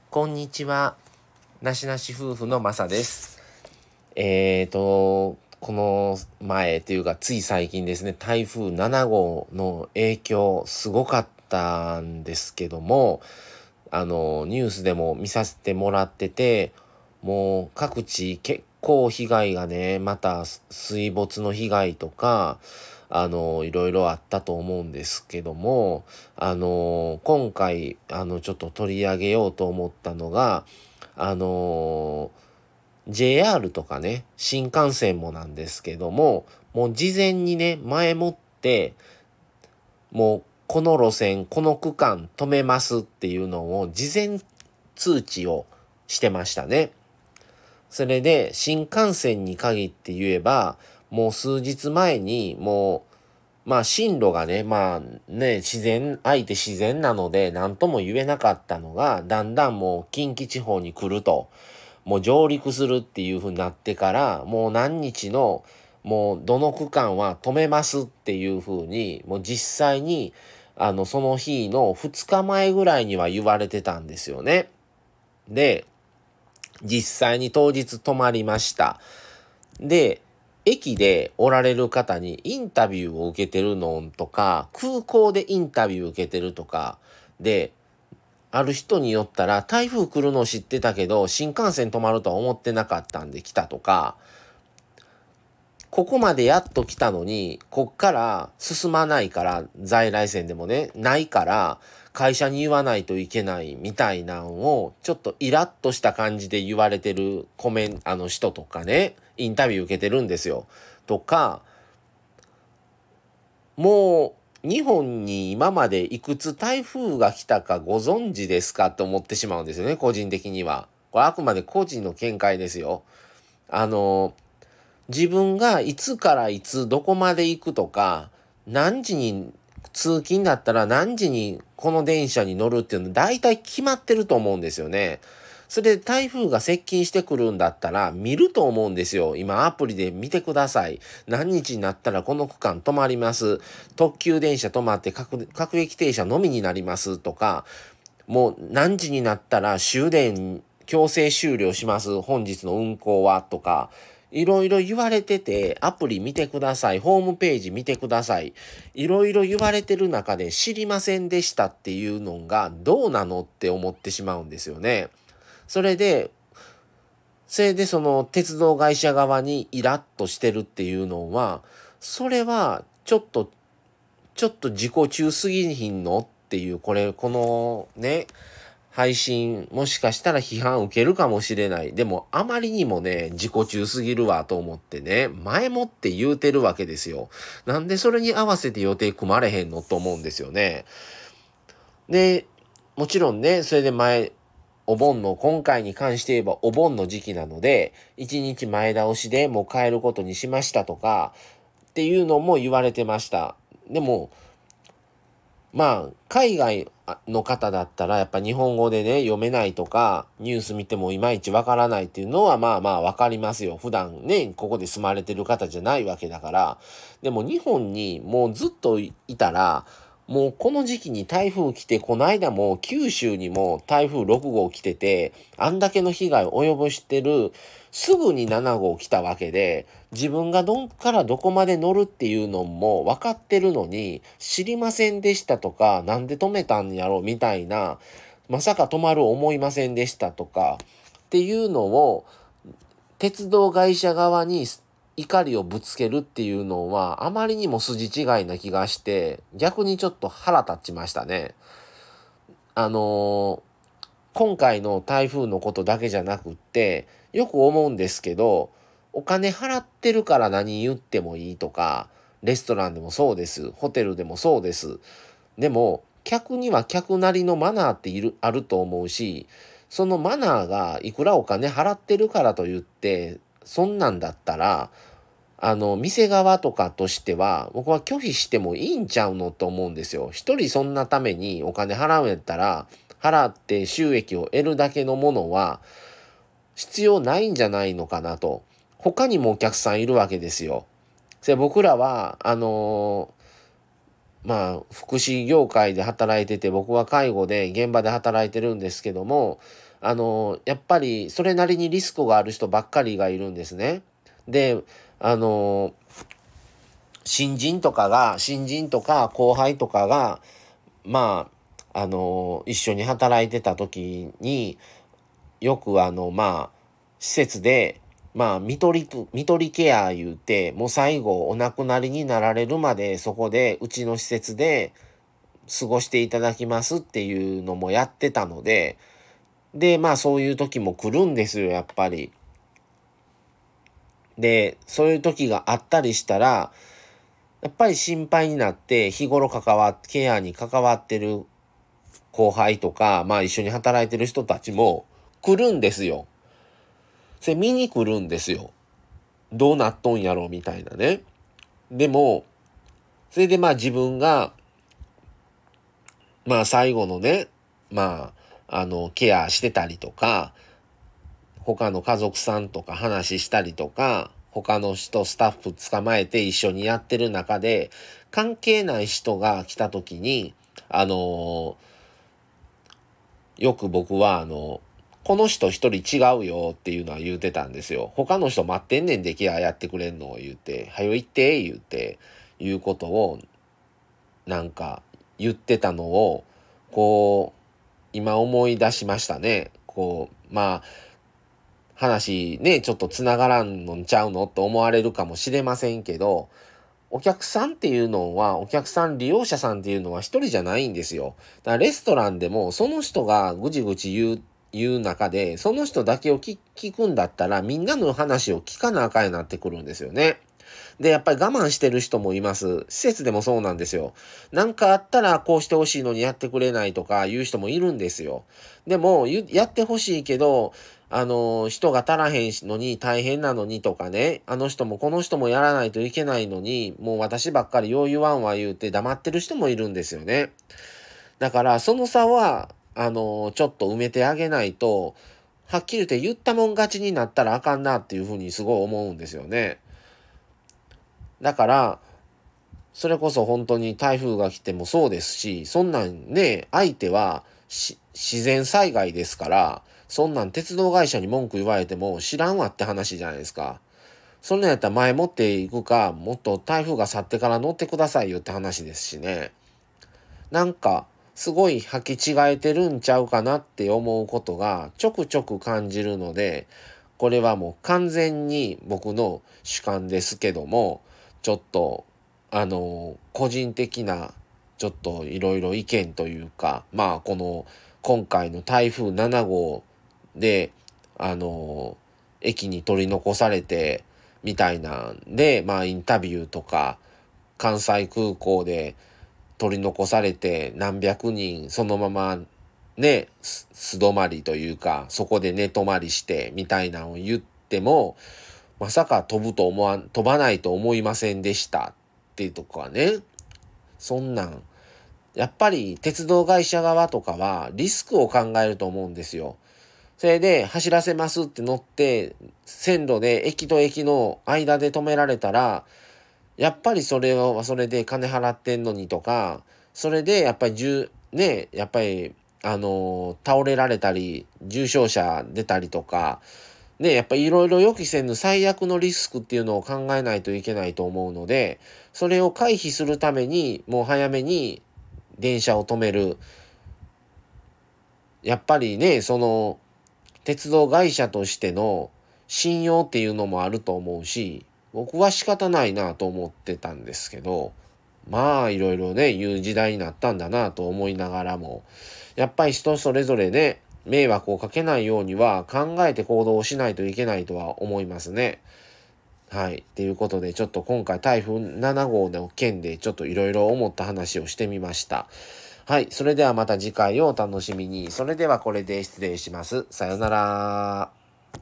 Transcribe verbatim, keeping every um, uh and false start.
こんにちは。なしなし夫婦のまさです。えーと、この前というかつい最近ですね、台風なな号の影響すごかったんですけども、あの、ニュースでも見させてもらってて、もう各地結構被害がね、また水没の被害とか、あの、いろいろあったと思うんですけども、あの、今回、あの、ちょっと取り上げようと思ったのが、あの、ジェイアール とかね、新幹線もなんですけども、もう事前にね、前もって、もうこの路線、この区間止めますっていうのを事前通知をしてましたね。それで新幹線に限って言えば、もう数日前にもう、まあ進路がね、まあね、自然、相手自然なので何とも言えなかったのが、だんだんもう近畿地方に来ると、もう上陸するっていう風になってから、もう何日の、もうどの区間は止めますっていう風に、もう実際に、あの、その日のふつかまえぐらいには言われてたんですよね。で、実際に当日泊まりました。で、駅でおられる方にインタビューを受けてるのとか、空港でインタビュー受けてるとか、で、ある人によったら台風来るの知ってたけど新幹線止まるとは思ってなかったんで来たとか、ここまでやっと来たのに、こっから進まないから、在来線でもね、ないから、会社に言わないといけないみたいなんを、ちょっとイラッとした感じで言われてるコメン、あの人とかね、インタビュー受けてるんですよ。とか、もう、日本に今までいくつ台風が来たかご存知ですかって思ってしまうんですよね、個人的には。これあくまで個人の見解ですよ。あの、自分がいつからいつどこまで行くとか、何時に通勤だったら何時にこの電車に乗るっていうの大体決まってると思うんですよね。それで台風が接近してくるんだったら見ると思うんですよ。今アプリで見てください。何日になったらこの区間止まります。特急電車止まって各、各駅停車のみになりますとか、もう何時になったら終電強制終了します。本日の運行はとか、いろいろ言われてて、アプリ見てください。ホームページ見てください。いろいろ言われてる中で知りませんでしたっていうのがどうなのって思ってしまうんですよね。それで、それでその鉄道会社側にイラッとしてるっていうのは、それはちょっと、ちょっと自己中すぎひんのっていう、これ、このね、配信もしかしたら批判受けるかもしれない。でもあまりにもね、自己中すぎるわと思ってね、前もって言うてるわけですよ。なんでそれに合わせて予定組まれへんのと思うんですよね。で、もちろんね、それで前、お盆の今回に関して言えばお盆の時期なので、いちにちまえ倒しでもう帰ることにしましたとかっていうのも言われてました。でも、まあ、海外の方だったら、やっぱ日本語でね、読めないとか、ニュース見てもいまいちわからないっていうのは、まあまあわかりますよ。普段ね、ここで住まれてる方じゃないわけだから。でも日本にもうずっといたら、もうこの時期に台風来て、この間も九州にも台風ろく号来てて、あんだけの被害を及ぼしてる、すぐになな号来たわけで、自分がどっからどこまで乗るっていうのも分かってるのに、知りませんでしたとか、なんで止めたんやろみたいな、まさか止まる思いませんでしたとか、っていうのを、鉄道会社側に怒りをぶつけるっていうのは、あまりにも筋違いな気がして、逆にちょっと腹立ちましたね。あのー今回の台風のことだけじゃなくって、よく思うんですけど、お金払ってるから何言ってもいいとか、レストランでもそうです。ホテルでもそうです。でも、客には客なりのマナーっている、あると思うし、そのマナーがいくらお金払ってるからと言って、そんなんだったら、あの、店側とかとしては、僕は拒否してもいいんちゃうのと思うんですよ。一人そんなためにお金払うんやったら、払って収益を得るだけのものは必要ないんじゃないのかなと。他にもお客さんいるわけですよ。で僕らは、あのーまあ、福祉業界で働いてて、僕は介護で現場で働いてるんですけども、 あの、やっぱりそれなりにリスクがある人ばっかりがいるんですね。で、あの、新人とかが、新人とか後輩とかが、まあ、あの、一緒に働いてた時に、よくあの、まあ、施設で、まあ、看取り、看取りケア言うて、もう最後お亡くなりになられるまでそこで、うちの施設で過ごしていただきますっていうのもやってたので、で、まあそういう時も来るんですよ、やっぱり。で、そういう時があったりしたら、やっぱり心配になって日頃関わっ、ケアに関わってる後輩とか、まあ一緒に働いてる人たちも来るんですよ。それ見に来るんですよ。どうなっとんやろみたいなね。でも、それでまあ自分が、まあ最後のね、まあ、あの、ケアしてたりとか、他の家族さんとか話したりとか、他の人、スタッフ捕まえて一緒にやってる中で、関係ない人が来た時に、あのよく僕は、あの、この人一人違うよっていうのは言うてたんですよ。他の人待ってんねんでケアやってくれんのを言うて、はよ行って言うて、いうことをなんか言ってたのを、こう、今思い出しましたね。こう、まあ、話ね、ちょっと繋がらんのんちゃうのと思われるかもしれませんけど、お客さんっていうのは、お客さん、利用者さんっていうのは一人じゃないんですよ。だからレストランでも、その人がぐちぐち言う、言う中で、その人だけを聞聞くんだったら、みんなの話を聞かなあかんようになってくるんですよね。で、やっぱり我慢してる人もいます。施設でもそうなんですよ。なんかあったらこうしてほしいのにやってくれないとか言う人もいるんですよ。でも、やってほしいけど、あの、人が足らへんのに大変なのにとかね、あの人もこの人もやらないといけないのに、もう私ばっかりよう言わんわ言うて黙ってる人もいるんですよね。だからその差は、あの、ちょっと埋めてあげないと、はっきり言って言ったもん勝ちになったらあかんなっていうふうにすごい思うんですよね。だから、それこそ本当に台風が来てもそうですし、そんなんね、相手は自然災害ですから、そんなん鉄道会社に文句言われても知らんわって話じゃないですか。そんなんやったら前もっていくか、もっと台風が去ってから乗ってくださいよって話ですしね。なんか、すごい履き違えてるんちゃうかなって思うことがちょくちょく感じるので、これはもう完全に僕の主観ですけども、ちょっと、あの、個人的な、ちょっといろいろ意見というか、まあ、この、今回の台風なな号で、あの、駅に取り残されて、みたいなんで、まあ、インタビューとか、関西空港で取り残されて何百人そのままね、素泊まりというか、そこで寝泊まりしてみたいなのを言っても、まさか飛ぶと思わん、飛ばないと思いませんでしたっていうとこはね、そんなん、やっぱり鉄道会社側とかはリスクを考えると思うんですよ。それで走らせますって乗って、線路で駅と駅の間で止められたら、やっぱりそれはそれで金払ってんのにとか、それでやっぱり重、ね、やっぱり、あのー倒れられたり、重傷者出たりとか、ね、やっぱりいろいろ予期せぬ最悪のリスクっていうのを考えないといけないと思うので、それを回避するために、もう早めに電車を止める。やっぱりね、その、鉄道会社としての信用っていうのもあると思うし、僕は仕方ないなと思ってたんですけど、まあいろいろね、言う時代になったんだなと思いながらも、やっぱり人それぞれね、迷惑をかけないようには考えて行動をしないといけないとは思いますね。はい。ということで、ちょっと今回台風なな号の件でちょっといろいろ思った話をしてみました。はい。それではまた次回をお楽しみに。それではこれで失礼します。さよなら。